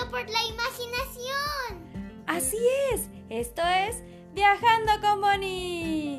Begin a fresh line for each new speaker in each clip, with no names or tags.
solo por la imaginación.
Así es, esto es Viajando con Bonnie.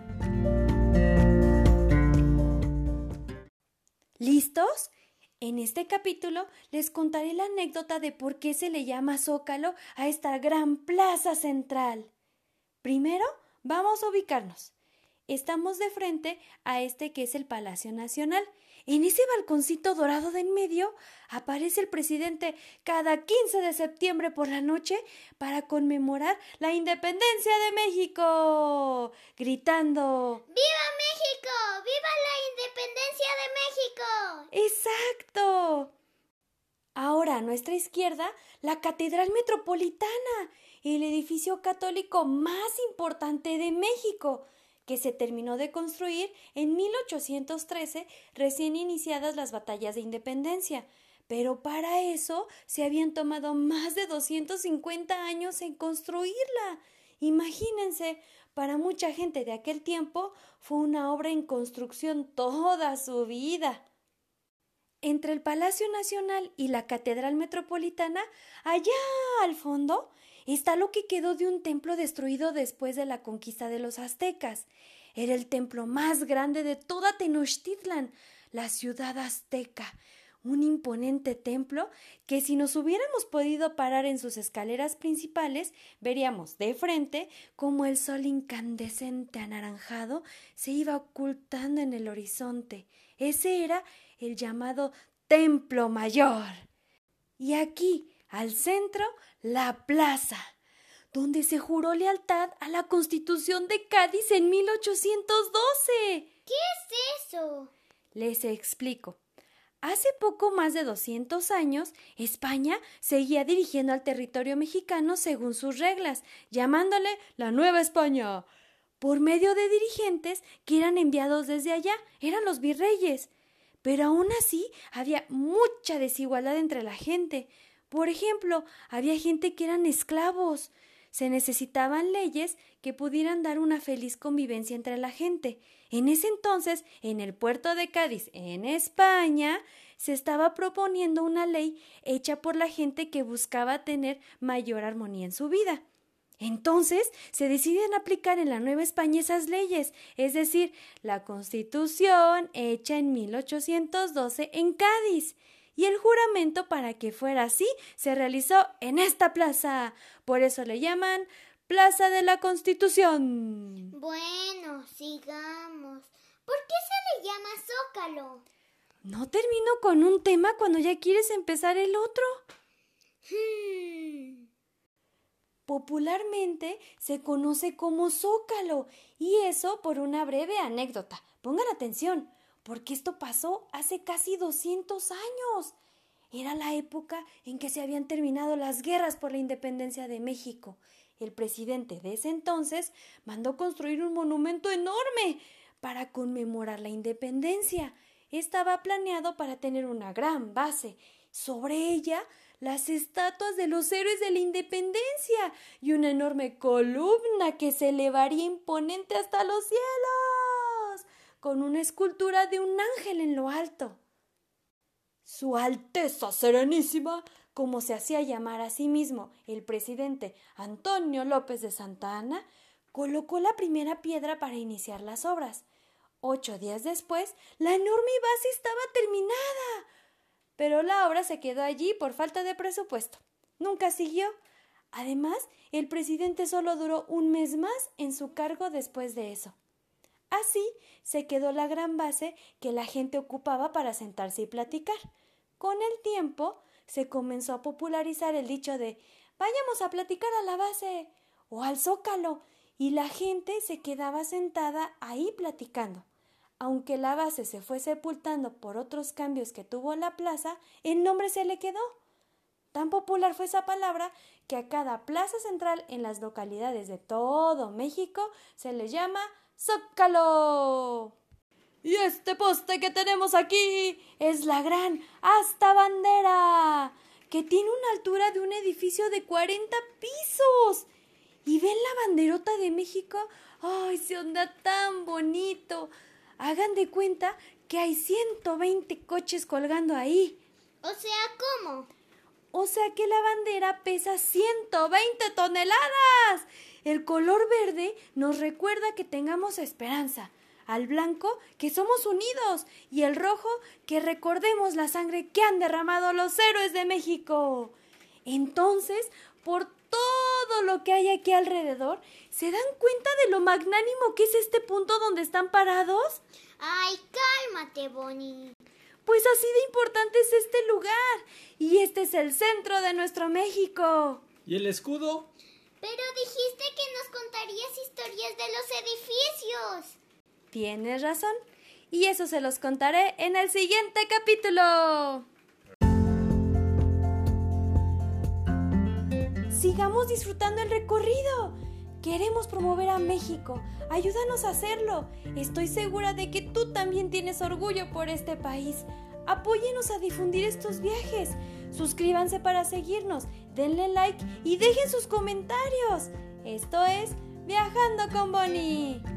¿Listos? En este capítulo les contaré la anécdota de por qué se le llama Zócalo a esta gran plaza central. Primero, vamos a ubicarnos. Estamos de frente a este que es el Palacio Nacional. En ese balconcito dorado de en medio aparece el presidente cada 15 de septiembre por la noche para conmemorar la independencia de México, gritando
¡Viva México! ¡Viva la independencia de México!
¡Exacto! Ahora a nuestra izquierda, la Catedral Metropolitana, el edificio católico más importante de México, que se terminó de construir en 1813, recién iniciadas las batallas de independencia. Pero para eso se habían tomado más de 250 años en construirla. Imagínense, para mucha gente de aquel tiempo fue una obra en construcción toda su vida. Entre el Palacio Nacional y la Catedral Metropolitana, allá al fondo, está lo que quedó de un templo destruido después de la conquista de los aztecas. Era el templo más grande de toda Tenochtitlan, la ciudad azteca. Un imponente templo que si nos hubiéramos podido parar en sus escaleras principales, veríamos de frente cómo el sol incandescente anaranjado se iba ocultando en el horizonte. Ese era el llamado Templo Mayor. Y aquí, al centro, la plaza, donde se juró lealtad a la Constitución de Cádiz en 1812.
¿Qué es eso?
Les explico. Hace poco más de 200 años, España seguía dirigiendo al territorio mexicano según sus reglas, llamándole la Nueva España, por medio de dirigentes que eran enviados desde allá, eran los virreyes. Pero aún así había mucha desigualdad entre la gente. Por ejemplo, había gente que eran esclavos. Se necesitaban leyes que pudieran dar una feliz convivencia entre la gente. En ese entonces, en el puerto de Cádiz, en España, se estaba proponiendo una ley hecha por la gente que buscaba tener mayor armonía en su vida. Entonces se deciden aplicar en la Nueva España esas leyes, es decir, la Constitución hecha en 1812 en Cádiz. Y el juramento para que fuera así se realizó en esta plaza. Por eso le llaman Plaza de la Constitución.
Bueno, sigamos. ¿Por qué se le llama Zócalo?
No termino con un tema cuando ya quieres empezar el otro. Popularmente se conoce como Zócalo, y eso por una breve anécdota. Pongan atención, porque esto pasó hace casi 200 años. Era la época en que se habían terminado las guerras por la independencia de México. El presidente de ese entonces mandó construir un monumento enorme para conmemorar la independencia. Estaba planeado para tener una gran base. Sobre ella, las estatuas de los héroes de la independencia y una enorme columna que se elevaría imponente hasta los cielos, con una escultura de un ángel en lo alto. Su Alteza Serenísima, como se hacía llamar a sí mismo el presidente Antonio López de Santa Anna, colocó la primera piedra para iniciar las obras. 8 días después, la enorme base estaba terminada. Pero la obra se quedó allí por falta de presupuesto. Nunca siguió. Además, el presidente solo duró un mes más en su cargo después de eso. Así se quedó la gran base que la gente ocupaba para sentarse y platicar. Con el tiempo se comenzó a popularizar el dicho de «vayamos a platicar a la base» o al Zócalo, y la gente se quedaba sentada ahí platicando. Aunque la base se fue sepultando por otros cambios que tuvo la plaza, el nombre se le quedó. Tan popular fue esa palabra que a cada plaza central en las localidades de todo México se le llama Zócalo. Y este poste que tenemos aquí es la gran asta bandera, que tiene una altura de un edificio de 40 pisos. ¿Y ven la banderota de México? ¡Ay, se onda tan bonito! Hagan de cuenta que hay 120 coches colgando ahí.
O sea, ¿cómo?
O sea que la bandera pesa 120 toneladas. El color verde nos recuerda que tengamos esperanza. Al blanco, que somos unidos. Y el rojo, que recordemos la sangre que han derramado los héroes de México. Entonces, por todo lo que hay aquí alrededor, ¿se dan cuenta de lo magnánimo que es este punto donde están parados?
Ay, cálmate, Bonnie.
Pues así de importante es este lugar. Y este es el centro de nuestro México.
¿Y el escudo?
Pero dijiste que nos contarías historias de los edificios.
Tienes razón. Y eso se los contaré en el siguiente capítulo. Sigamos disfrutando el recorrido. Queremos promover a México. Ayúdanos a hacerlo. Estoy segura de que tú también tienes orgullo por este país. Apóyenos a difundir estos viajes. Suscríbanse para seguirnos, denle like y dejen sus comentarios. Esto es Viajando con Bonnie.